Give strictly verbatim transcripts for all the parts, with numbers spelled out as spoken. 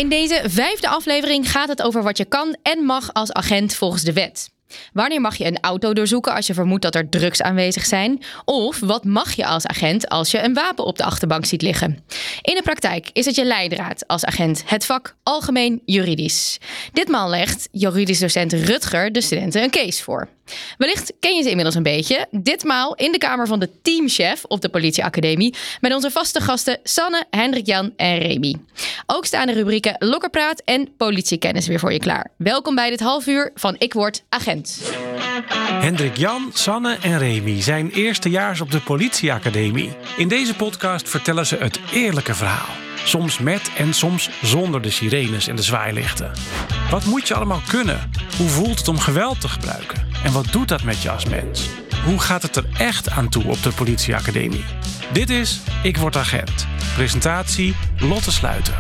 In deze vijfde aflevering gaat het over wat je kan en mag als agent volgens de wet. Wanneer mag je een auto doorzoeken als je vermoedt dat er drugs aanwezig zijn? Of wat mag je als agent als je een wapen op de achterbank ziet liggen? In de praktijk is het je leidraad als agent het vak algemeen juridisch. Ditmaal legt juridisch docent Rutger de studenten een case voor. Wellicht ken je ze inmiddels een beetje. Ditmaal in de kamer van de teamchef op de politieacademie met onze vaste gasten Sanne, Hendrik-Jan en Remy. Ook staan de rubrieken Lokkerpraat en Politiekennis weer voor je klaar. Welkom bij dit half uur van Ik Word Agent. Hendrik-Jan, Sanne en Remy zijn eerstejaars op de politieacademie. In deze podcast vertellen ze het eerlijke verhaal. Soms met en soms zonder de sirenes en de zwaailichten. Wat moet je allemaal kunnen? Hoe voelt het om geweld te gebruiken? En wat doet dat met je als mens? Hoe gaat het er echt aan toe op de politieacademie? Dit is Ik Word Agent. Presentatie Lotte Sluiter.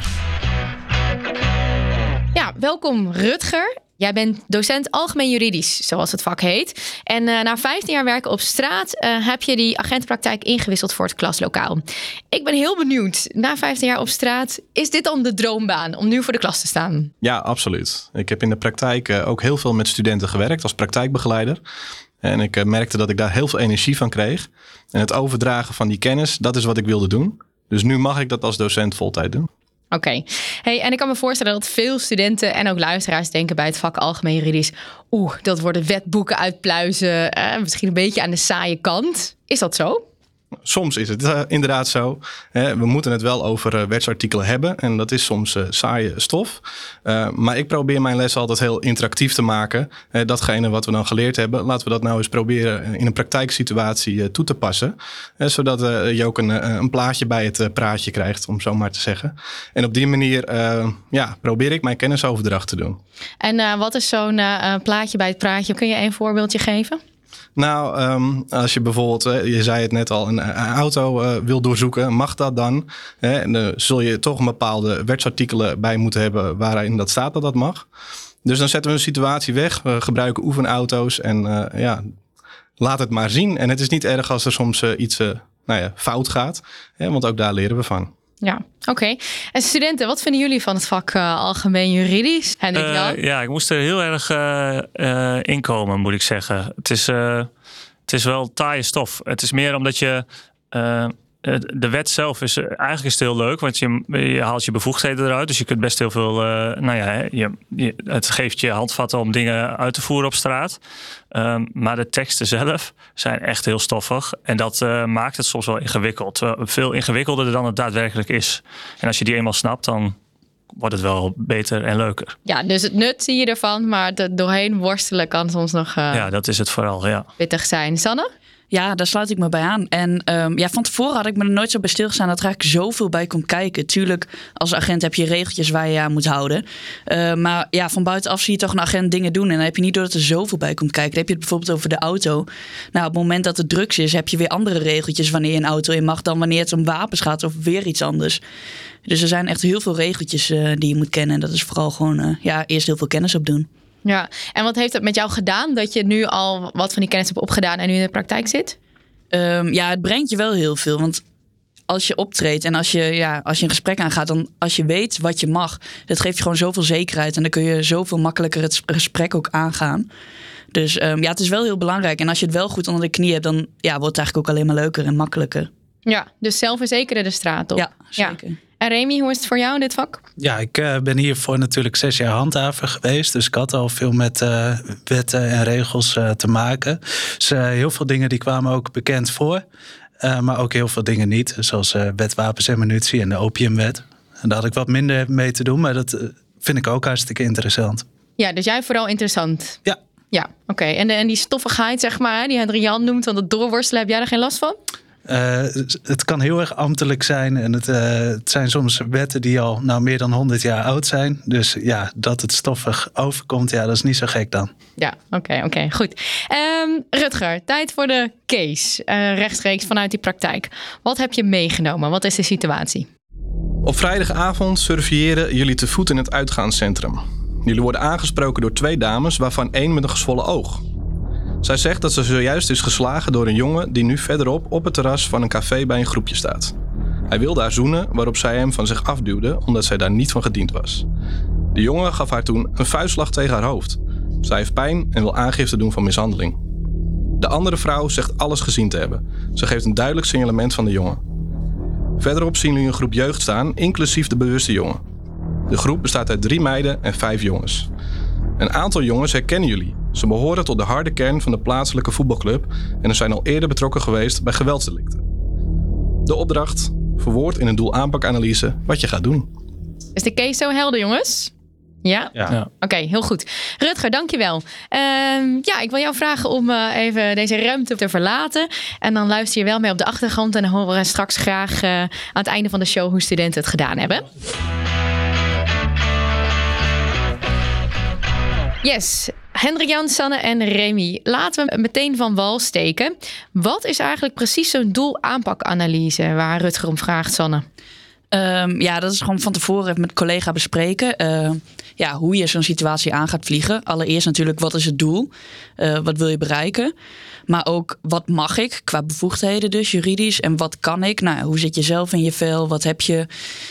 Ja, welkom Rutger. Jij bent docent algemeen juridisch, zoals het vak heet. En uh, na vijftien jaar werken op straat uh, heb je die agentenpraktijk ingewisseld voor het klaslokaal. Ik ben heel benieuwd, na vijftien jaar op straat, is dit dan de droombaan om nu voor de klas te staan? Ja, absoluut. Ik heb in de praktijk uh, ook heel veel met studenten gewerkt als praktijkbegeleider. En ik uh, merkte dat ik daar heel veel energie van kreeg. En het overdragen van die kennis, dat is wat ik wilde doen. Dus nu mag ik dat als docent voltijd doen. Oké. Okay. Hey, en ik kan me voorstellen dat veel studenten en ook luisteraars denken bij het vak algemeen juridisch, oeh, dat worden wetboeken uitpluizen, eh, misschien een beetje aan de saaie kant. Is dat zo? Soms is het uh, inderdaad zo. Hè, we moeten het wel over uh, wetsartikelen hebben. En dat is soms uh, saaie stof. Uh, maar ik probeer mijn les altijd heel interactief te maken. Uh, datgene wat we dan geleerd hebben, laten we dat nou eens proberen in een praktijksituatie uh, toe te passen. Uh, zodat uh, je ook een, een plaatje bij het uh, praatje krijgt, om zo maar te zeggen. En op die manier uh, ja, probeer ik mijn kennisoverdracht te doen. En uh, wat is zo'n uh, plaatje bij het praatje? Kun je een voorbeeldje geven? Nou, um, als je bijvoorbeeld, je zei het net al, een, een auto uh, wil doorzoeken, mag dat dan? Hè? En dan zul je toch een bepaalde wetsartikelen bij moeten hebben waarin dat staat dat dat mag. Dus dan zetten we een situatie weg, we gebruiken oefenauto's en uh, ja, laat het maar zien. En het is niet erg als er soms uh, iets uh, nou ja, fout gaat, hè? Want ook daar leren we van. Ja, oké. Okay. En studenten, wat vinden jullie van het vak uh, algemeen juridisch? Hendrik Jan? Uh, ja, ik moest er heel erg uh, uh, inkomen, moet ik zeggen. Het is, uh, het is wel taaie stof. Het is meer omdat je... Uh, de wet zelf is eigenlijk is het heel leuk, want je, je haalt je bevoegdheden eruit. Dus je kunt best heel veel... Uh, nou ja, je, je, het geeft je handvatten om dingen uit te voeren op straat. Um, maar de teksten zelf zijn echt heel stoffig. En dat uh, maakt het soms wel ingewikkeld. Uh, veel ingewikkelder dan het daadwerkelijk is. En als je die eenmaal snapt, dan wordt het wel beter en leuker. Ja, dus het nut zie je ervan, maar er doorheen worstelen kan soms nog uh, ja, dat is het vooral, ja. pittig zijn. Sanne? Ja, daar sluit ik me bij aan. En um, ja, van tevoren had ik me er nooit zo bij stilgestaan dat er eigenlijk zoveel bij komt kijken. Tuurlijk, als agent heb je regeltjes waar je aan moet houden. Uh, maar ja, van buitenaf zie je toch een agent dingen doen. En dan heb je niet door dat er zoveel bij komt kijken. Dan heb je het bijvoorbeeld over de auto. Nou, op het moment dat het drugs is, heb je weer andere regeltjes wanneer je een auto in mag dan wanneer het om wapens gaat of weer iets anders. Dus er zijn echt heel veel regeltjes uh, die je moet kennen. En dat is vooral gewoon uh, ja, eerst heel veel kennis opdoen. Ja, en wat heeft het met jou gedaan dat je nu al wat van die kennis hebt opgedaan en nu in de praktijk zit? Um, ja, het brengt je wel heel veel. Want als je optreedt en als je, ja, als je een gesprek aangaat, dan als je weet wat je mag, dat geeft je gewoon zoveel zekerheid. En dan kun je zoveel makkelijker het gesprek ook aangaan. Dus um, ja, het is wel heel belangrijk. En als je het wel goed onder de knie hebt, dan ja, wordt het eigenlijk ook alleen maar leuker en makkelijker. Ja, dus zelfverzekeren de straat op. Ja, zeker. Ja. En Remy, hoe is het voor jou in dit vak? Ja, ik uh, ben hiervoor natuurlijk zes jaar handhaver geweest. Dus ik had al veel met uh, wetten en regels uh, te maken. Dus uh, heel veel dingen die kwamen ook bekend voor. Uh, maar ook heel veel dingen niet. Zoals uh, wet wapens en munitie en de opiumwet. En daar had ik wat minder mee te doen. Maar dat uh, vind ik ook hartstikke interessant. Ja, dus jij vooral interessant? Ja. Ja, oké. Okay. En, en die stoffigheid, zeg maar, die Hendrik-Jan noemt, want het doorworstelen, heb jij er geen last van? Uh, het kan heel erg ambtelijk zijn en het, uh, het zijn soms wetten die al nou, meer dan honderd jaar oud zijn. Dus ja, dat het stoffig overkomt, ja, dat is niet zo gek dan. Ja, oké, okay, oké, okay, goed. Um, Rutger, tijd voor de case, uh, rechtstreeks vanuit die praktijk. Wat heb je meegenomen? Wat is de situatie? Op vrijdagavond surveilleren jullie te voet in het uitgaanscentrum. Jullie worden aangesproken door twee dames, waarvan één met een gezwollen oog. Zij zegt dat ze zojuist is geslagen door een jongen die nu verderop op het terras van een café bij een groepje staat. Hij wilde haar zoenen, waarop zij hem van zich afduwde omdat zij daar niet van gediend was. De jongen gaf haar toen een vuistslag tegen haar hoofd. Zij heeft pijn en wil aangifte doen van mishandeling. De andere vrouw zegt alles gezien te hebben. Ze geeft een duidelijk signalement van de jongen. Verderop zien jullie een groep jeugd staan, inclusief de bewuste jongen. De groep bestaat uit drie meiden en vijf jongens. Een aantal jongens herkennen jullie. Ze behoren tot de harde kern van de plaatselijke voetbalclub en er zijn al eerder betrokken geweest bij geweldsdelicten. De opdracht: verwoord in een doel-aanpak-analyse wat je gaat doen. Is de case zo helder, jongens? Ja? Ja. Ja. Oké, okay, heel goed. Rutger, dankjewel. Uh, ja, ik wil jou vragen om uh, even deze ruimte te verlaten. En dan luister je wel mee op de achtergrond. En dan horen we straks graag uh, aan het einde van de show hoe studenten het gedaan hebben. Yes, Hendrik Jan, Sanne en Remy. Laten we meteen van wal steken. Wat is eigenlijk precies zo'n doel-aanpak-analyse waar Rutger om vraagt, Sanne? Um, ja, dat is gewoon van tevoren even met collega bespreken. Uh, ja, hoe je zo'n situatie aan gaat vliegen. Allereerst natuurlijk, wat is het doel? Uh, wat wil je bereiken? Maar ook, wat mag ik qua bevoegdheden dus, juridisch? En wat kan ik? Nou, hoe zit je zelf in je vel? Wat heb je?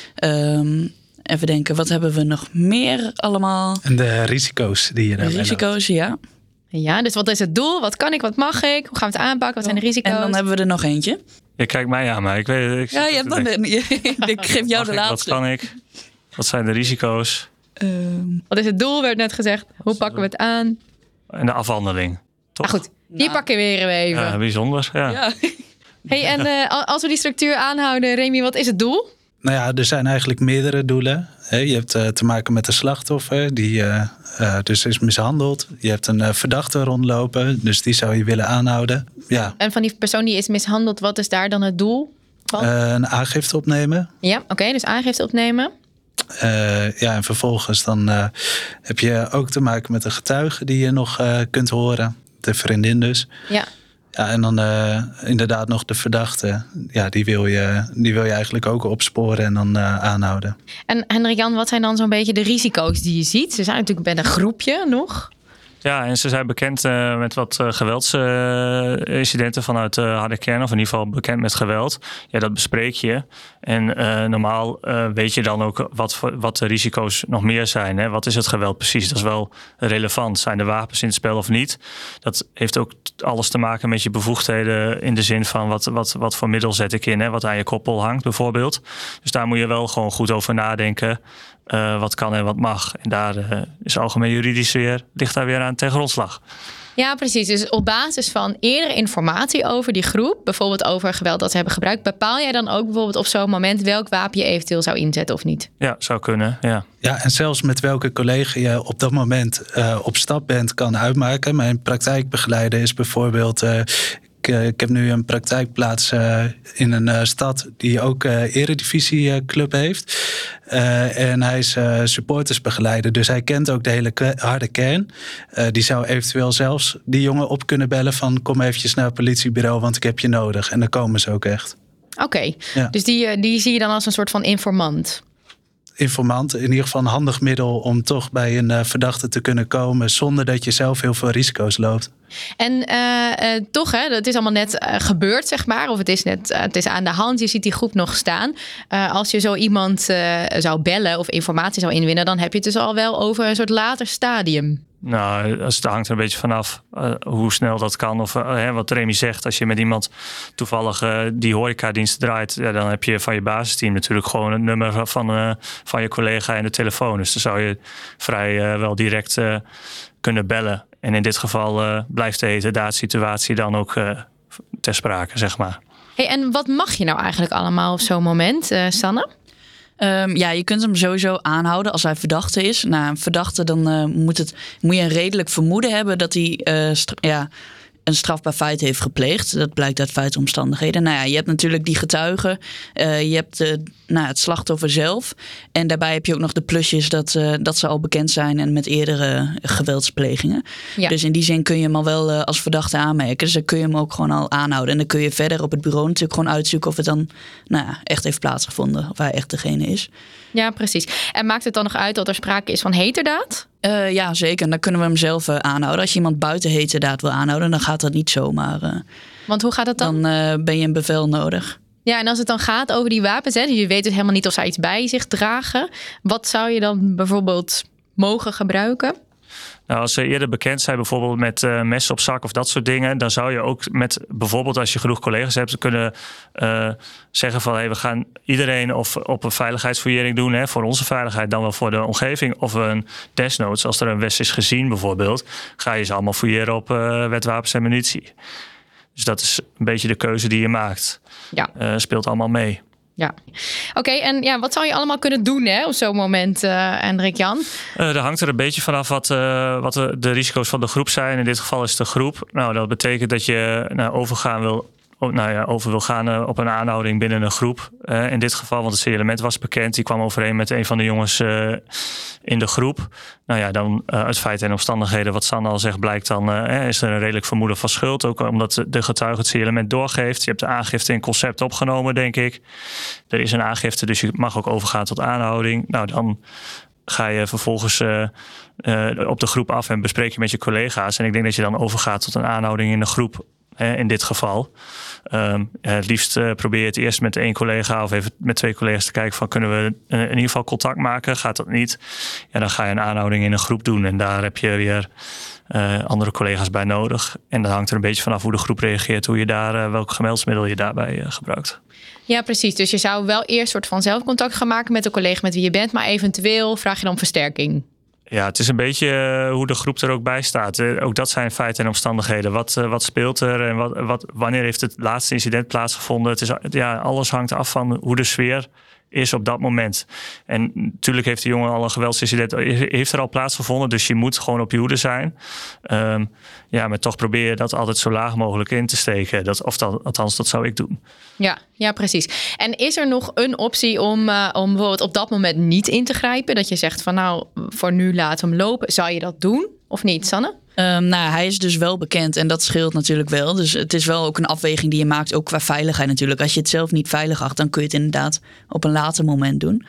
Um, even denken, wat hebben we nog meer allemaal? En de risico's die je daarbij loopt. Risico's, ja. Ja, dus wat is het doel? Wat kan ik? Wat mag ik? Hoe gaan we het aanpakken? Wat zijn de risico's? En dan hebben we er nog eentje. Je kijkt mij aan, maar ik weet ik Ja, je hebt dan een, ik geef jou de ik, laatste. Wat kan ik? Wat zijn de risico's? Um, Wat is het doel? Werd net gezegd. Hoe pakken we het aan? En de afhandeling. Toch? Ah, goed, die Nou. pakken we weer even. Ja, bijzonder. Ja. ja. Hey, en uh, als we die structuur aanhouden, Remy, wat is het doel? Nou ja, er zijn eigenlijk meerdere doelen. Je hebt uh, te maken met de slachtoffer, die uh, uh, dus is mishandeld. Je hebt een uh, verdachte rondlopen, dus die zou je willen aanhouden. Ja. En van die persoon die is mishandeld, wat is daar dan het doel van? Uh, een aangifte opnemen. Ja, oké, okay, dus aangifte opnemen. Uh, ja, en vervolgens dan uh, heb je ook te maken met een getuige die je nog uh, kunt horen. De vriendin dus. Ja. Ja, en dan uh, inderdaad nog de verdachte. Ja, die wil je, die wil je eigenlijk ook opsporen en dan uh, aanhouden. En Hendrik Jan, wat zijn dan zo'n beetje de risico's die je ziet? Ze zijn natuurlijk bij een groepje nog. Ja, en ze zijn bekend uh, met wat uh, geweldsincidenten uh, vanuit de uh, harde kern. Of in ieder geval bekend met geweld. Ja, dat bespreek je. En uh, normaal uh, weet je dan ook wat, wat de risico's nog meer zijn. Hè? Wat is het geweld precies? Dat is wel relevant. Zijn er wapens in het spel of niet? Dat heeft ook alles te maken met je bevoegdheden. In de zin van wat, wat, wat voor middel zet ik in. Hè? Wat aan je koppel hangt bijvoorbeeld. Dus daar moet je wel gewoon goed over nadenken. Uh, wat kan en wat mag. En daar uh, is algemeen juridisch weer, ligt daar weer aan ten grondslag. Ja, precies. Dus op basis van eerdere informatie over die groep, bijvoorbeeld over geweld dat ze hebben gebruikt, bepaal jij dan ook bijvoorbeeld op zo'n moment welk wapen je eventueel zou inzetten of niet? Ja, zou kunnen, ja. Ja, en zelfs met welke collega je op dat moment uh, op stap bent kan uitmaken. Mijn praktijkbegeleider is bijvoorbeeld... Uh, Ik, uh, ik heb nu een praktijkplaats uh, in een uh, stad die ook uh, eredivisieclub heeft. Uh, en hij is uh, supportersbegeleider, dus hij kent ook de hele ke- harde kern. Uh, die zou eventueel zelfs die jongen op kunnen bellen van kom eventjes naar het politiebureau, want ik heb je nodig. En dan komen ze ook echt. Oké, okay. Ja. Dus die, die zie je dan als een soort van informant? Informant, in ieder geval een handig middel om toch bij een uh, verdachte te kunnen komen zonder dat je zelf heel veel risico's loopt. En uh, uh, toch, hè, het is allemaal net uh, gebeurd, zeg maar. Of het is net, uh, het is aan de hand. Je ziet die groep nog staan. Uh, als je zo iemand uh, zou bellen of informatie zou inwinnen, dan heb je het dus al wel over een soort later stadium. Nou, het hangt er een beetje vanaf uh, hoe snel dat kan. Of uh, hè, wat Remy zegt, als je met iemand toevallig uh, die horecadienst draait, ja, dan heb je van je basisteam natuurlijk gewoon het nummer van, uh, van je collega en de telefoon. Dus dan zou je vrij uh, wel direct uh, kunnen bellen. En in dit geval uh, blijft de heterdaad-situatie dan ook uh, ter sprake, zeg maar. Hey, en wat mag je nou eigenlijk allemaal op zo'n moment, uh, Sanne? Um, ja, je kunt hem sowieso aanhouden als hij verdachte is. Nou, een verdachte, dan uh, moet, het, moet je een redelijk vermoeden hebben dat hij uh, stra- ja, een strafbaar feit heeft gepleegd. Dat blijkt uit feitomstandigheden. Nou ja, je hebt natuurlijk die getuigen. Uh, je hebt uh, nou, het slachtoffer zelf. En daarbij heb je ook nog de plusjes dat, uh, dat ze al bekend zijn en met eerdere geweldsplegingen. Ja. Dus in die zin kun je hem al wel uh, als verdachte aanmerken. Dus dan kun je hem ook gewoon al aanhouden. En dan kun je verder op het bureau natuurlijk gewoon uitzoeken of het dan nou, echt heeft plaatsgevonden. Of hij echt degene is. Ja, precies. En maakt het dan nog uit dat er sprake is van heterdaad? Uh, ja, zeker. Dan kunnen we hem zelf uh, aanhouden. Als je iemand buiten heterdaad wil aanhouden, dan gaat dat niet zomaar. Uh, Want hoe gaat dat dan? Dan uh, ben je een bevel nodig. Ja, en als het dan gaat over die wapens, hè, je weet dus helemaal niet of zij iets bij zich dragen. Wat zou je dan bijvoorbeeld mogen gebruiken? Nou, als ze eerder bekend zijn, bijvoorbeeld met uh, messen op zak of dat soort dingen, dan zou je ook met bijvoorbeeld als je genoeg collega's hebt, kunnen uh, zeggen van hey, we gaan iedereen of op een veiligheidsfouillering doen, hè, voor onze veiligheid, dan wel voor de omgeving. Of een desnoods, als er een west is gezien bijvoorbeeld, ga je ze allemaal fouilleren op uh, wet wapens en munitie. Dus dat is een beetje de keuze die je maakt. Ja. Uh, speelt allemaal mee. Ja, oké. Okay, en ja, wat zou je allemaal kunnen doen hè, op zo'n moment, uh, Hendrik-Jan? Uh, dat hangt er een beetje vanaf wat, uh, wat de, de risico's van de groep zijn. In dit geval is het de groep. Nou, dat betekent dat je nou, overgaan wil, nou ja, over wil gaan uh, op een aanhouding binnen een groep. Uh, in dit geval, want het C-element was bekend. Die kwam overeen met een van de jongens uh, in de groep. Nou ja, dan uh, uit feiten en omstandigheden, wat Sanne al zegt, blijkt dan uh, is er een redelijk vermoeden van schuld. Ook omdat de getuige het C-element doorgeeft. Je hebt de aangifte in concept opgenomen, denk ik. Er is een aangifte, dus je mag ook overgaan tot aanhouding. Nou, dan ga je vervolgens uh, uh, op de groep af en bespreek je met je collega's. En ik denk dat je dan overgaat tot een aanhouding in de groep. In dit geval. Um, het liefst uh, probeer je het eerst met één collega of even met twee collega's te kijken van kunnen we uh, in ieder geval contact maken. Gaat dat niet? Ja, dan ga je een aanhouding in een groep doen en daar heb je weer uh, andere collega's bij nodig. En dat hangt er een beetje vanaf hoe de groep reageert, hoe je daar, uh, welk gemelsmiddel je daarbij uh, gebruikt. Ja, precies. Dus je zou wel eerst soort van zelf contact gaan maken met de collega met wie je bent, maar eventueel vraag je dan versterking. Ja, het is een beetje uh, hoe de groep er ook bij staat. Uh, ook dat zijn feiten en omstandigheden. Wat, uh, wat speelt er en wat, wat, wanneer heeft het laatste incident plaatsgevonden? Het is, ja, alles hangt af van hoe de sfeer is op dat moment. En natuurlijk heeft de jongen al een geweldsincident, heeft er al plaatsgevonden, dus je moet gewoon op je hoede zijn. Um, ja, maar toch probeer je dat altijd zo laag mogelijk in te steken. Dat, of dat, althans, dat zou ik doen. Ja, ja, precies. En is er nog een optie om, uh, om bijvoorbeeld op dat moment niet in te grijpen? Dat je zegt van nou, voor nu laten we hem lopen. Zou je dat doen of niet, Sanne? Um, nou, hij is dus wel bekend en dat scheelt natuurlijk wel. Dus het is wel ook een afweging die je maakt, ook qua veiligheid natuurlijk. Als je het zelf niet veilig acht, dan kun je het inderdaad op een later moment doen.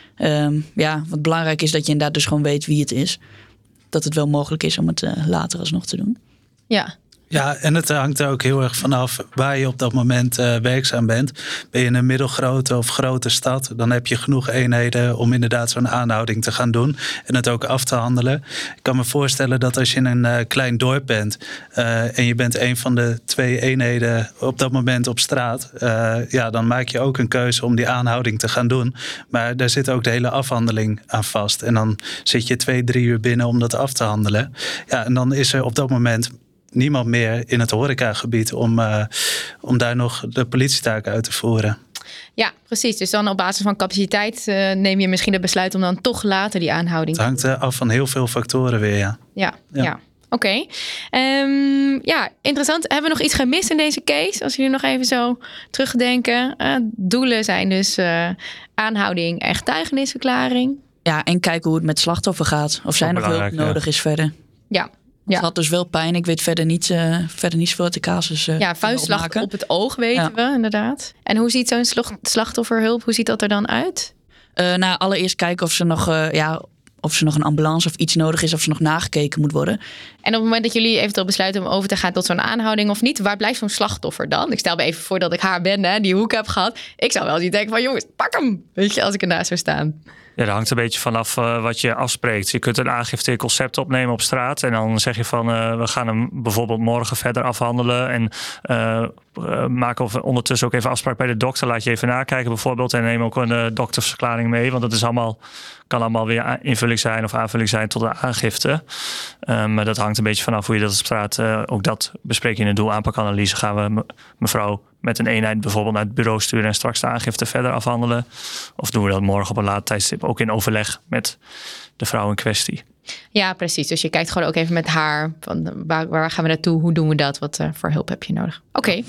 Um, ja, wat belangrijk is dat je inderdaad dus gewoon weet wie het is. Dat het wel mogelijk is om het uh, later alsnog te doen. Ja. Ja, en het hangt er ook heel erg vanaf waar je op dat moment uh, werkzaam bent. Ben je in een middelgrote of grote stad, dan heb je genoeg eenheden om inderdaad zo'n aanhouding te gaan doen en het ook af te handelen. Ik kan me voorstellen dat als je in een uh, klein dorp bent uh, en je bent een van de twee eenheden op dat moment op straat, uh, ja, dan maak je ook een keuze om die aanhouding te gaan doen. Maar daar zit ook de hele afhandeling aan vast. En dan zit je twee, drie uur binnen om dat af te handelen. Ja, en dan is er op dat moment niemand meer in het horecagebied om, uh, om daar nog de politietaak uit te voeren. Ja, precies. Dus dan op basis van capaciteit uh, neem je misschien het besluit om dan toch later die aanhouding. Het hangt uh, af van heel veel factoren weer, ja. Ja, ja. ja. Oké. Okay. Um, ja, interessant. Hebben we nog iets gemist in deze case? Als jullie nog even zo terugdenken. Uh, doelen zijn dus uh, aanhouding en getuigenisverklaring. Ja, en kijken hoe het met slachtoffer gaat. Of zij nog hulp nodig ja. is verder. Ja. Ja. Het had dus wel pijn. Ik weet verder niet, uh, verder niet zoveel uit de casus. Uh, ja, vuistslag op het oog weten ja. we inderdaad. En hoe ziet zo'n slachtofferhulp, hoe ziet dat er dan uit? Uh, nou, allereerst kijken of ze nog, uh, ja, of ze nog een ambulance of iets nodig is, of ze nog nagekeken moet worden. En op het moment dat jullie eventueel besluiten om over te gaan tot zo'n aanhouding of niet, waar blijft zo'n slachtoffer dan? Ik stel me even voor dat ik haar ben, hè, die hoek heb gehad. Ik zou wel eens denken van jongens, pak hem, weet je, als ik ernaast zou staan. Ja, dat hangt een beetje vanaf uh, wat je afspreekt. Je kunt een aangifte in concept opnemen op straat. En dan zeg je van, uh, we gaan hem bijvoorbeeld morgen verder afhandelen. En uh, uh, maak of ondertussen ook even afspraak bij de dokter. Laat je even nakijken bijvoorbeeld. En neem ook een uh, doktersverklaring mee. Want dat is allemaal, kan allemaal weer invulling zijn of aanvulling zijn tot de aangifte. Uh, maar dat hangt een beetje vanaf hoe je dat op straat... Uh, ook dat bespreek je in de doelaanpakanalyse. Gaan we me, mevrouw met een eenheid bijvoorbeeld naar het bureau sturen en straks de aangifte verder afhandelen? Of doen we dat morgen op een laat tijdstip ook in overleg met de vrouw in kwestie? Ja, precies. Dus je kijkt gewoon ook even met haar. Van waar, waar gaan we naartoe? Hoe doen we dat? Wat uh, voor hulp heb je nodig? Oké. Okay.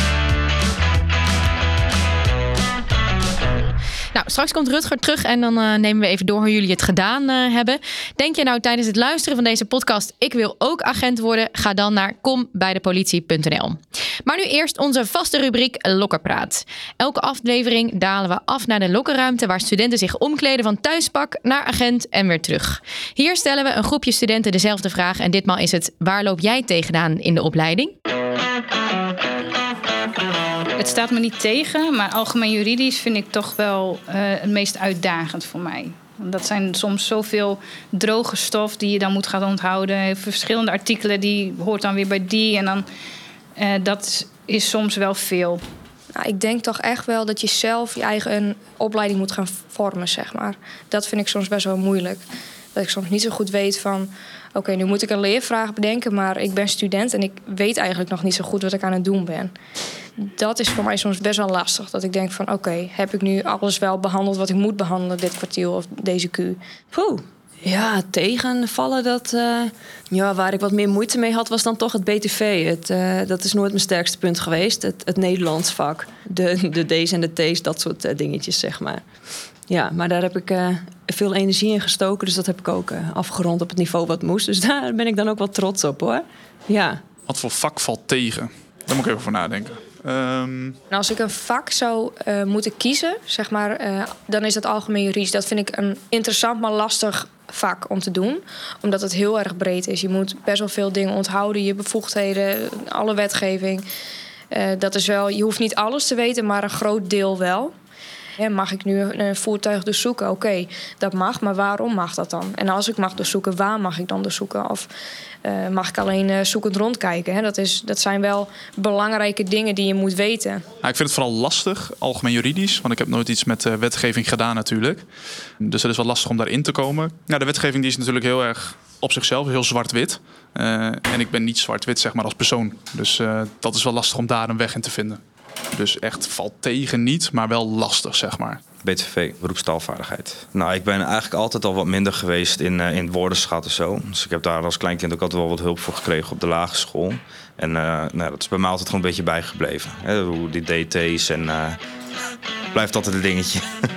Nou, straks komt Rutger terug en dan uh, nemen we even door hoe jullie het gedaan uh, hebben. Denk je nou tijdens het luisteren van deze podcast, ik wil ook agent worden? Ga dan naar kom bij de politie punt n l. Maar nu eerst onze vaste rubriek Lokkerpraat. Elke aflevering dalen we af naar de lokkerruimte waar studenten zich omkleden van thuispak naar agent en weer terug. Hier stellen we een groepje studenten dezelfde vraag en ditmaal is het: waar loop jij tegenaan in de opleiding? Het staat me niet tegen, maar algemeen juridisch vind ik toch wel uh, het meest uitdagend voor mij. Dat zijn soms zoveel droge stof die je dan moet gaan onthouden. Verschillende artikelen, die hoort dan weer bij die. En dan, uh, dat is soms wel veel. Nou, ik denk toch echt wel dat je zelf je eigen opleiding moet gaan vormen, zeg maar. Dat vind ik soms best wel moeilijk. Dat ik soms niet zo goed weet van... oké, okay, nu moet ik een leervraag bedenken, maar ik ben student... en ik weet eigenlijk nog niet zo goed wat ik aan het doen ben. Dat is voor mij soms best wel lastig. Dat ik denk van, oké, okay, heb ik nu alles wel behandeld... wat ik moet behandelen dit kwartiel of deze Q? Poeh. Ja, tegenvallen, dat, uh, ja, waar ik wat meer moeite mee had... was dan toch het B T V. Het, uh, dat is nooit mijn sterkste punt geweest. Het, het Nederlands vak. De, de D's en de T's, dat soort uh, dingetjes, zeg maar. Ja, maar daar heb ik uh, veel energie in gestoken. Dus dat heb ik ook uh, afgerond op het niveau wat moest. Dus daar ben ik dan ook wel trots op, hoor. Ja. Wat voor vak valt tegen? Daar moet ik even voor nadenken. Um... Als ik een vak zou uh, moeten kiezen, zeg maar, uh, dan is dat algemeen juridisch. Dat vind ik een interessant, maar lastig vak om te doen. Omdat het heel erg breed is. Je moet best wel veel dingen onthouden. Je bevoegdheden, alle wetgeving. Uh, dat is wel, je hoeft niet alles te weten, maar een groot deel wel. He, mag ik nu een voertuig doorzoeken? Oké, okay, dat mag, maar waarom mag dat dan? En als ik mag doorzoeken, waar mag ik dan doorzoeken? Of uh, mag ik alleen uh, zoekend rondkijken? He, dat, is, dat zijn wel belangrijke dingen die je moet weten. Nou, ik vind het vooral lastig, algemeen juridisch. Want ik heb nooit iets met uh, wetgeving gedaan natuurlijk. Dus het is wel lastig om daarin te komen. Nou, de wetgeving die is natuurlijk heel erg op zichzelf, heel zwart-wit. Uh, en ik ben niet zwart-wit, zeg maar, als persoon. Dus uh, dat is wel lastig om daar een weg in te vinden. Dus echt valt tegen niet, maar wel lastig, zeg maar. B T V, beroepstaalvaardigheid. Nou, ik ben eigenlijk altijd al wat minder geweest in, uh, in woordenschat en zo. Dus ik heb daar als kleinkind ook altijd wel wat hulp voor gekregen op de lagere school. En uh, nou, dat is bij mij altijd gewoon een beetje bijgebleven. Hè? Hoe die D T's en uh, blijft altijd een dingetje.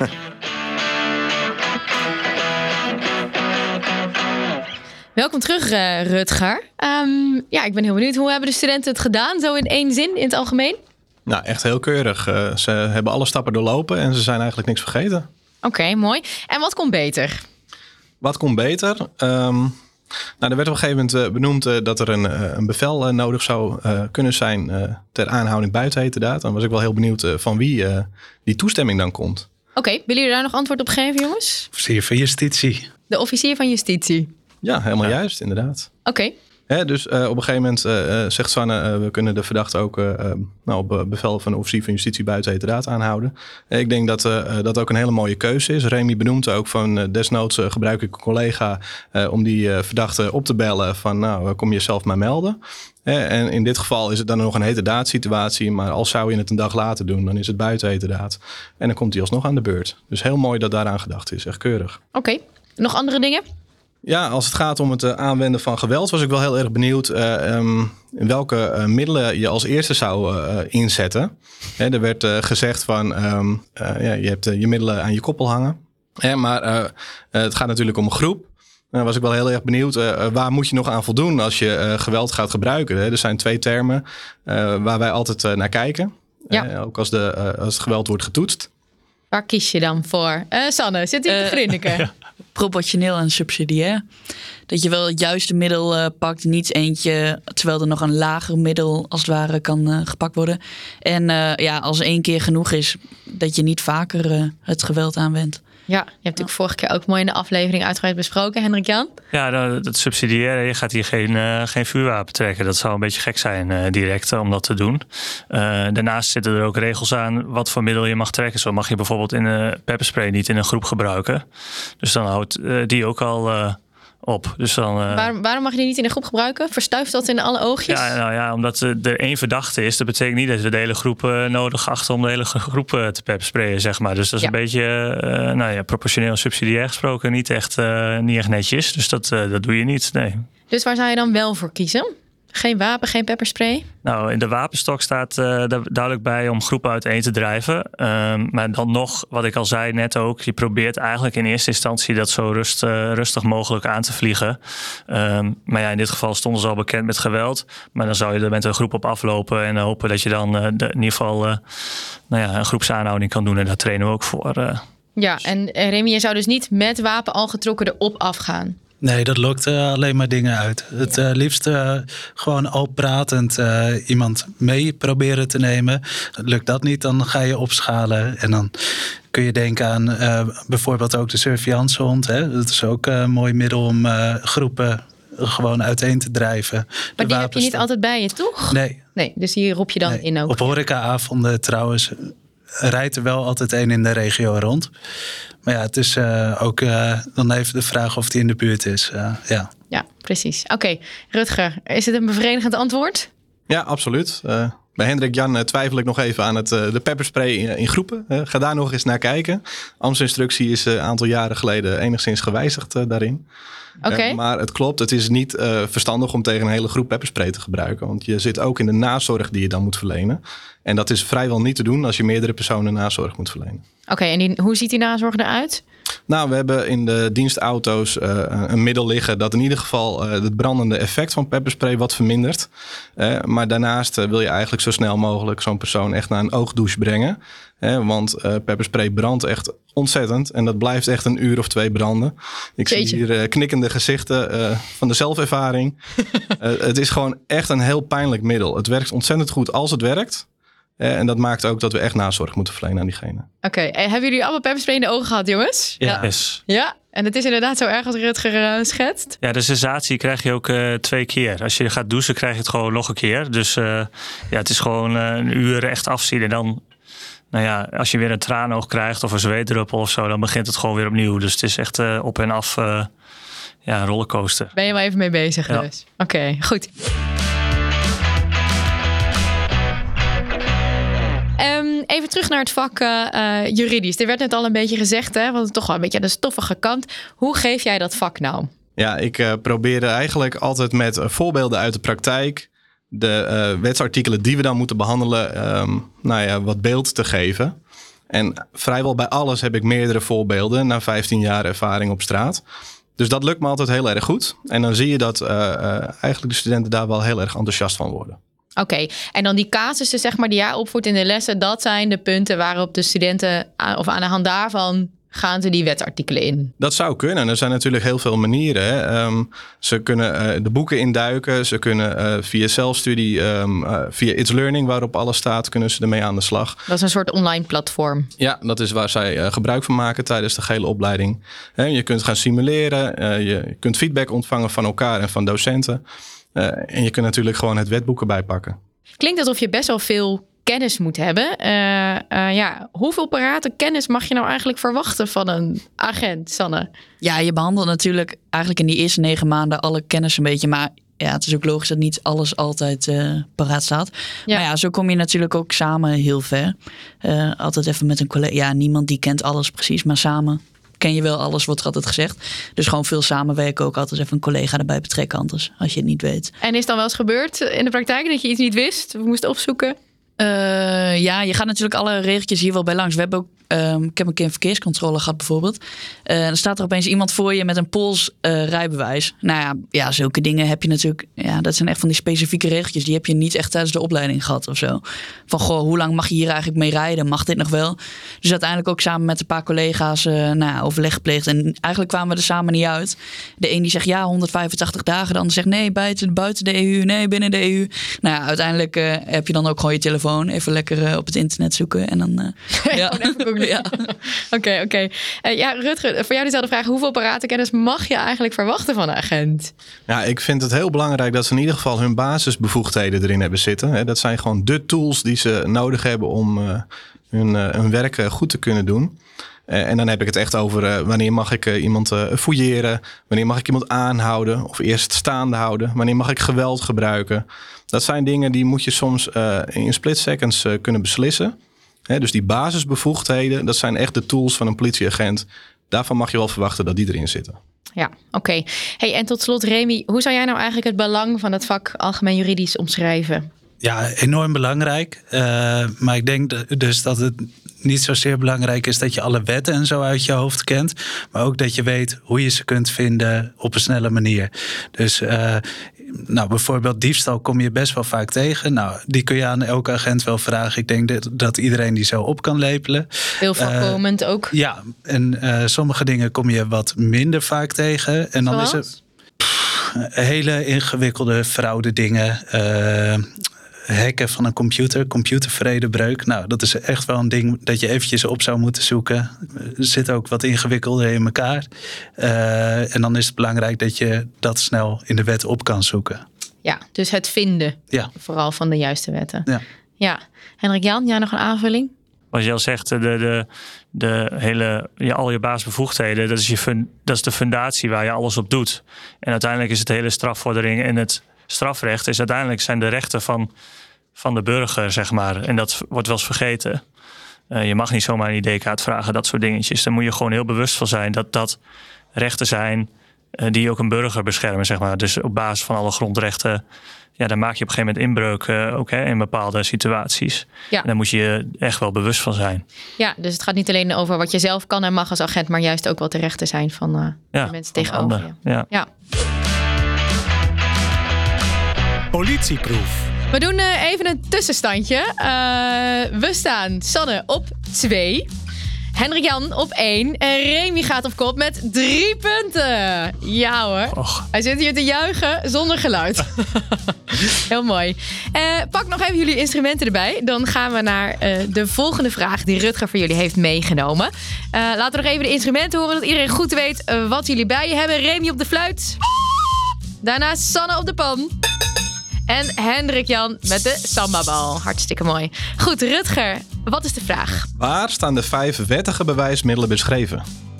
Welkom terug, uh, Rutger. Um, ja, ik ben heel benieuwd. Hoe hebben de studenten het gedaan, zo in één zin, in het algemeen? Nou, echt heel keurig. Uh, ze hebben alle stappen doorlopen en ze zijn eigenlijk niks vergeten. Oké, okay, mooi. En wat kon beter? Wat kon beter? Um, nou, er werd op een gegeven moment uh, benoemd uh, dat er een, uh, een bevel uh, nodig zou uh, kunnen zijn uh, ter aanhouding buiten heterdaad. Dan was ik wel heel benieuwd uh, van wie uh, die toestemming dan komt. Oké, okay, willen jullie daar nog antwoord op geven, jongens? Officier van Justitie. De officier van Justitie. Ja, helemaal ja. juist, inderdaad. Oké. Okay. He, dus uh, op een gegeven moment uh, zegt Sanne, uh, we kunnen de verdachte ook uh, nou, op bevel van de officier van Justitie buiten heterdaad aanhouden. Uh, ik denk dat uh, dat ook een hele mooie keuze is. Remy benoemt ook van uh, desnoods uh, gebruik ik een collega uh, om die uh, verdachte op te bellen van nou, kom je zelf maar melden. Uh, en in dit geval is het dan nog een heterdaad-situatie, maar als zou je het een dag later doen, dan is het buiten heterdaad. En dan komt hij alsnog aan de beurt. Dus heel mooi dat daaraan gedacht is, echt keurig. Oké, okay. Nog andere dingen? Ja, als het gaat om het uh, aanwenden van geweld, was ik wel heel erg benieuwd uh, um, in welke uh, middelen je als eerste zou uh, inzetten. He, er werd uh, gezegd van um, uh, ja, je hebt uh, je middelen aan je koppel hangen. He, maar uh, uh, het gaat natuurlijk om een groep. Dan was ik wel heel erg benieuwd, uh, waar moet je nog aan voldoen als je uh, geweld gaat gebruiken? Hè? Er zijn twee termen uh, waar wij altijd uh, naar kijken. Ja. Uh, ook als, de, uh, als het geweld wordt getoetst. Waar kies je dan voor? Uh, Sanne, zit hier uh, te grinniken? Ja. Proportioneel en subsidiair. Dat je wel het juiste middel uh, pakt. Niet eentje, terwijl er nog een lager middel als het ware kan uh, gepakt worden. En uh, ja, als één keer genoeg is, dat je niet vaker uh, het geweld aanwendt. Ja, je hebt natuurlijk vorige keer ook mooi in de aflevering uitgebreid besproken, Hendrik-Jan. Ja, dat, dat subsidiaire, je gaat hier geen, uh, geen vuurwapen trekken. Dat zou een beetje gek zijn uh, direct uh, om dat te doen. Uh, daarnaast zitten er ook regels aan wat voor middel je mag trekken. Zo mag je bijvoorbeeld in een pepperspray niet in een groep gebruiken. Dus dan houdt uh, die ook al uh, op. Dus dan, uh... Waar, waarom mag je die niet in een groep gebruiken? Verstuift dat in alle oogjes? Ja, nou ja, omdat er één verdachte is. Dat betekent niet dat we de hele groep uh, nodig achten om de hele groep uh, te peppersprayen, zeg maar. Dus dat is ja. een beetje uh, nou ja, proportioneel subsidiair gesproken. Niet echt, uh, niet echt netjes. Dus dat, uh, dat doe je niet, nee. Dus waar zou je dan wel voor kiezen? Geen wapen, geen pepperspray? Nou, in de wapenstok staat uh, duidelijk bij om groepen uiteen te drijven. Um, maar dan nog, wat ik al zei net ook, je probeert eigenlijk in eerste instantie dat zo rust, uh, rustig mogelijk aan te vliegen. Um, maar ja, in dit geval stonden ze al bekend met geweld. Maar dan zou je er met een groep op aflopen en hopen dat je dan uh, de, in ieder geval uh, nou ja, een groepsaanhouding kan doen. En daar trainen we ook voor. Uh. Ja, en Remy, je zou dus niet met wapen al getrokken erop afgaan? Nee, dat lokt uh, alleen maar dingen uit. Het uh, liefst uh, gewoon al pratend uh, iemand mee proberen te nemen. Lukt dat niet, dan ga je opschalen. En dan kun je denken aan uh, bijvoorbeeld ook de surveillancehond. Hè? Dat is ook een mooi middel om uh, groepen gewoon uiteen te drijven. Maar die heb je niet altijd bij je, toch? Nee. Nee, dus die roep je dan nee. in ook. Op horecaavonden trouwens rijdt er wel altijd één in de regio rond. Maar ja, het is uh, ook uh, dan even de vraag of die in de buurt is. Uh, ja. ja, precies. Oké, okay. Rutger, is het een bevredigend antwoord? Ja, absoluut. Uh, bij Hendrik Jan uh, twijfel ik nog even aan het, uh, de pepperspray in, in groepen. Uh, ga daar nog eens naar kijken. Ambtsinstructie is een uh, aantal jaren geleden enigszins gewijzigd uh, daarin. Okay. Uh, maar het klopt, het is niet uh, verstandig om tegen een hele groep pepperspray te gebruiken. Want je zit ook in de nazorg die je dan moet verlenen. En dat is vrijwel niet te doen als je meerdere personen nazorg moet verlenen. Oké, okay, en die, hoe ziet die nazorg eruit? Nou, we hebben in de dienstauto's uh, een middel liggen dat in ieder geval uh, het brandende effect van pepperspray wat vermindert. Uh, maar daarnaast uh, wil je eigenlijk zo snel mogelijk zo'n persoon echt naar een oogdouche brengen. Uh, want uh, pepperspray brandt echt ontzettend en dat blijft echt een uur of twee branden. Ik Jeetje. zie hier uh, knikkende gezichten uh, van de zelfervaring. uh, het is gewoon echt een heel pijnlijk middel. Het werkt ontzettend goed als het werkt. Uh, en dat maakt ook dat we echt nazorg moeten verlenen aan diegene. Oké, okay. En hebben jullie allemaal pepperspray in de ogen gehad, jongens? Ja. Yes. Ja, en het is inderdaad zo erg als Rutger uh, schetst. Ja, de sensatie krijg je ook uh, twee keer. Als je gaat douchen, krijg je het gewoon nog een keer. Dus uh, ja, het is gewoon uh, een uur echt afzien. En dan, nou ja, als je weer een traanoog krijgt of een zweetdruppel of zo, dan begint het gewoon weer opnieuw. Dus het is echt uh, op en af, uh, ja, een rollercoaster. Ben je maar even mee bezig ja. dus. Oké, okay, goed. Um, even terug naar het vak uh, juridisch. Er werd net al een beetje gezegd, hè, want het toch wel een beetje aan de stoffige kant. Hoe geef jij dat vak nou? Ja, ik uh, probeerde eigenlijk altijd met uh, voorbeelden uit de praktijk de uh, wetsartikelen die we dan moeten behandelen, um, nou ja, wat beeld te geven. En vrijwel bij alles heb ik meerdere voorbeelden na vijftien jaar ervaring op straat. Dus dat lukt me altijd heel erg goed. En dan zie je dat uh, uh, eigenlijk de studenten daar wel heel erg enthousiast van worden. Oké, okay. En dan die casussen zeg maar, die jij opvoert in de lessen, dat zijn de punten waarop de studenten, of aan de hand daarvan, gaan ze die wetsartikelen in? Dat zou kunnen. Er zijn natuurlijk heel veel manieren. Hè. Um, ze kunnen uh, de boeken induiken. Ze kunnen uh, via zelfstudie, um, uh, via It's Learning, waarop alles staat, kunnen ze ermee aan de slag. Dat is een soort online platform. Ja, dat is waar zij uh, gebruik van maken tijdens de gehele opleiding. He, je kunt gaan simuleren. Uh, je kunt feedback ontvangen van elkaar en van docenten. Uh, en je kunt natuurlijk gewoon het wetboek erbij pakken. Klinkt alsof je best wel veel kennis moet hebben. Uh, uh, ja, hoeveel parate kennis mag je nou eigenlijk verwachten van een agent, Sanne? Ja, je behandelt natuurlijk eigenlijk in die eerste negen maanden alle kennis een beetje. Maar ja, het is ook logisch dat niet alles altijd uh, paraat staat. Ja. Maar ja, zo kom je natuurlijk ook samen heel ver. Uh, altijd even met een collega. Ja, niemand die kent alles precies, maar samen ken je wel alles, wordt er altijd gezegd. Dus gewoon veel samenwerken, ook altijd even een collega erbij betrekken anders, als je het niet weet. En is het dan wel eens gebeurd in de praktijk dat je iets niet wist of moest opzoeken? Uh, ja, je gaat natuurlijk alle regeltjes hier wel bij langs. We hebben ook, um, ik heb een keer een verkeerscontrole gehad bijvoorbeeld. Uh, dan staat er opeens iemand voor je met een Pools uh, rijbewijs. Nou ja, ja, zulke dingen heb je natuurlijk. Ja, dat zijn echt van die specifieke regeltjes. Die heb je niet echt tijdens de opleiding gehad of zo. Van goh, hoe lang mag je hier eigenlijk mee rijden? Mag dit nog wel? Dus uiteindelijk ook samen met een paar collega's uh, nou ja, overleg gepleegd. En eigenlijk kwamen we er samen niet uit. De een die zegt ja, honderdvijfentachtig dagen. De ander zegt nee, buiten, buiten de E U. Nee, binnen de E U. Nou ja, uiteindelijk uh, heb je dan ook gewoon je telefoon. Even lekker uh, op het internet zoeken. En dan. Uh, ja. Ja. Oké, oké. Uh, ja, Rutger, voor jou dezelfde vraag. Hoeveel parate kennis mag je eigenlijk verwachten van een agent? Ja, ik vind het heel belangrijk dat ze in ieder geval hun basisbevoegdheden erin hebben zitten. Dat zijn gewoon de tools die ze nodig hebben om uh, hun, uh, hun werk goed te kunnen doen. Uh, en dan heb ik het echt over uh, wanneer mag ik uh, iemand uh, fouilleren. Wanneer mag ik iemand aanhouden of eerst staande houden. Wanneer mag ik geweld gebruiken. Dat zijn dingen die moet je soms uh, in split seconds uh, kunnen beslissen. He, dus die basisbevoegdheden, dat zijn echt de tools van een politieagent. Daarvan mag je wel verwachten dat die erin zitten. Ja, oké. Okay. Hey, en tot slot, Remy, hoe zou jij nou eigenlijk het belang van het vak algemeen juridisch omschrijven? Ja, enorm belangrijk. Uh, maar ik denk dus dat het niet zozeer belangrijk is dat je alle wetten en zo uit je hoofd kent. Maar ook dat je weet hoe je ze kunt vinden op een snelle manier. Dus uh, nou, bijvoorbeeld diefstal kom je best wel vaak tegen. Nou, die kun je aan elke agent wel vragen. Ik denk dat, dat iedereen die zo op kan lepelen. Heel voorkomend uh, ook. Ja, en uh, sommige dingen kom je wat minder vaak tegen. En dan Zoals? is het pff, hele ingewikkelde fraude dingen. Uh, hacken van een computer, computervredebreuk. Nou, dat is echt wel een ding dat je eventjes op zou moeten zoeken. Er zit ook wat ingewikkelder in elkaar. Uh, en dan is het belangrijk dat je dat snel in de wet op kan zoeken. Ja, dus het vinden. Ja. Vooral van de juiste wetten. Ja. Ja. Hendrik-Jan, jij nog een aanvulling? Wat je al zegt, de, de, de hele, je, al je basisbevoegdheden, dat is, je fun, dat is de fundatie waar je alles op doet. En uiteindelijk is het hele strafvordering en het strafrecht is uiteindelijk zijn de rechten van, van de burger, zeg maar. En dat wordt wel eens vergeten. Uh, je mag niet zomaar een I D-kaart vragen, dat soort dingetjes. Daar moet je gewoon heel bewust van zijn dat dat rechten zijn uh, die ook een burger beschermen, zeg maar. Dus op basis van alle grondrechten, ja, dan maak je op een gegeven moment inbreuk uh, ook hè, in bepaalde situaties. Ja. En daar moet je je echt wel bewust van zijn. Ja, dus het gaat niet alleen over wat je zelf kan en mag als agent, maar juist ook wat de rechten zijn van uh, ja, de mensen tegenover je. Ja. Ja. Politieproef. We doen uh, even een tussenstandje. Uh, we staan Sanne op twee. Hendrik-Jan op één. En Remy gaat op kop met drie punten. Ja hoor. Och. Hij zit hier te juichen zonder geluid. Heel mooi. Uh, pak nog even jullie instrumenten erbij. Dan gaan we naar uh, de volgende vraag die Rutger voor jullie heeft meegenomen. Uh, laten we nog even de instrumenten horen. Dat iedereen goed weet uh, wat jullie bij je hebben. Remy op de fluit. Daarna Sanne op de pan. En Hendrik-Jan met de sambabal. Hartstikke mooi. Goed, Rutger, wat is de vraag? Waar staan de vijf wettige bewijsmiddelen beschreven?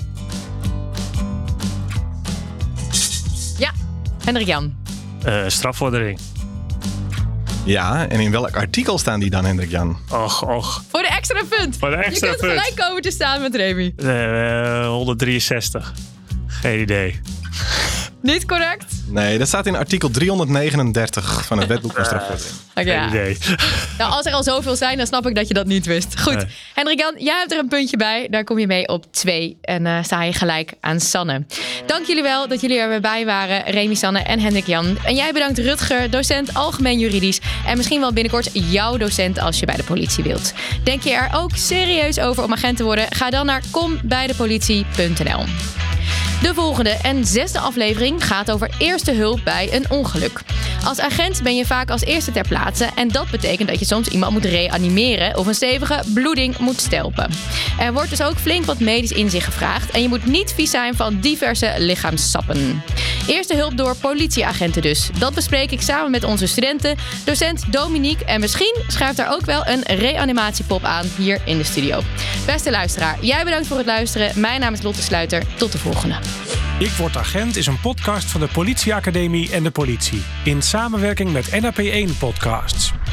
Ja, Hendrik-Jan. Uh, strafvordering. Ja, en in welk artikel staan die dan, Hendrik-Jan? Och, och. Voor de extra punt. Voor de extra Je kunt punt. gelijk komen te staan met Remy. Uh, honderddrieënzestig. Geen idee. Niet correct? Nee, dat staat in artikel driehonderdnegenendertig van het wetboek van strafvordering. Okay, Geen ja. idee. Nou, als er al zoveel zijn, dan snap ik dat je dat niet wist. Goed, nee. Hendrik-Jan, jij hebt er een puntje bij. Daar kom je mee op twee. En uh, sta je gelijk aan Sanne. Dank jullie wel dat jullie er weer bij waren. Remy, Sanne en Hendrik-Jan. En jij bedankt Rutger, docent Algemeen Juridisch. En misschien wel binnenkort jouw docent als je bij de politie wilt. Denk je er ook serieus over om agent te worden? Ga dan naar kom bij de politie punt n l. De volgende en zesde aflevering gaat over eerste hulp bij een ongeluk. Als agent ben je vaak als eerste ter plaatse en dat betekent dat je soms iemand moet reanimeren of een stevige bloeding moet stelpen. Er wordt dus ook flink wat medisch inzicht gevraagd en je moet niet vies zijn van diverse lichaamssappen. Eerste hulp door politieagenten dus. Dat bespreek ik samen met onze studenten, docent Dominique en misschien schuift daar ook wel een reanimatiepop aan hier in de studio. Beste luisteraar, jij bedankt voor het luisteren. Mijn naam is Lotte Sluiter. Tot de volgende. Ik Word Agent is een podcast van de Politieacademie en de politie. In samenwerking met N A P één Podcasts.